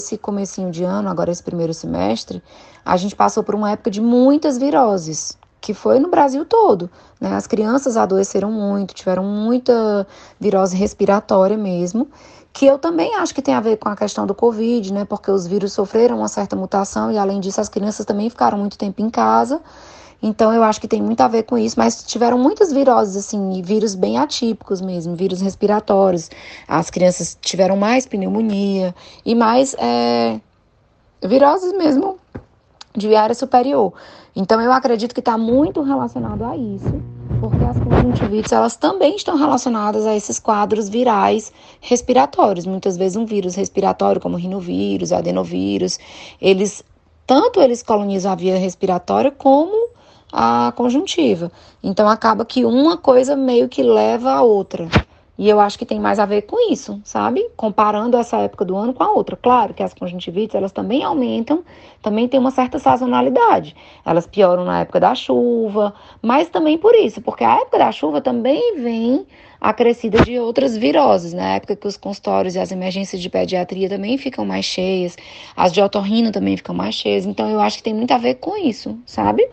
Esse comecinho de ano, agora esse primeiro semestre, a gente passou por uma época de muitas viroses, que foi no Brasil todo, né? As crianças adoeceram muito, tiveram muita virose respiratória mesmo, que eu também acho que tem a ver com a questão do Covid, né? Porque os vírus sofreram uma certa mutação e, além disso, as crianças também ficaram muito tempo em casa. Então, eu acho que tem muito a ver com isso, mas tiveram muitas viroses, assim, e vírus bem atípicos mesmo, vírus respiratórios. As crianças tiveram mais pneumonia e mais viroses mesmo de área superior. Então, eu acredito que está muito relacionado a isso, porque as conjuntivites, elas também estão relacionadas a esses quadros virais respiratórios. Muitas vezes um vírus respiratório, como o rinovírus, o adenovírus, eles colonizam a via respiratória como a conjuntiva. Então, acaba que uma coisa meio que leva a outra. E eu acho que tem mais a ver com isso, sabe? Comparando essa época do ano com a outra. Claro que as conjuntivites, elas também aumentam, também tem uma certa sazonalidade. Elas pioram na época da chuva, mas também por isso, porque a época da chuva também vem acrescida de outras viroses, na época que os consultórios e as emergências de pediatria também ficam mais cheias, as de otorrino também ficam mais cheias. Então, eu acho que tem muito a ver com isso, sabe?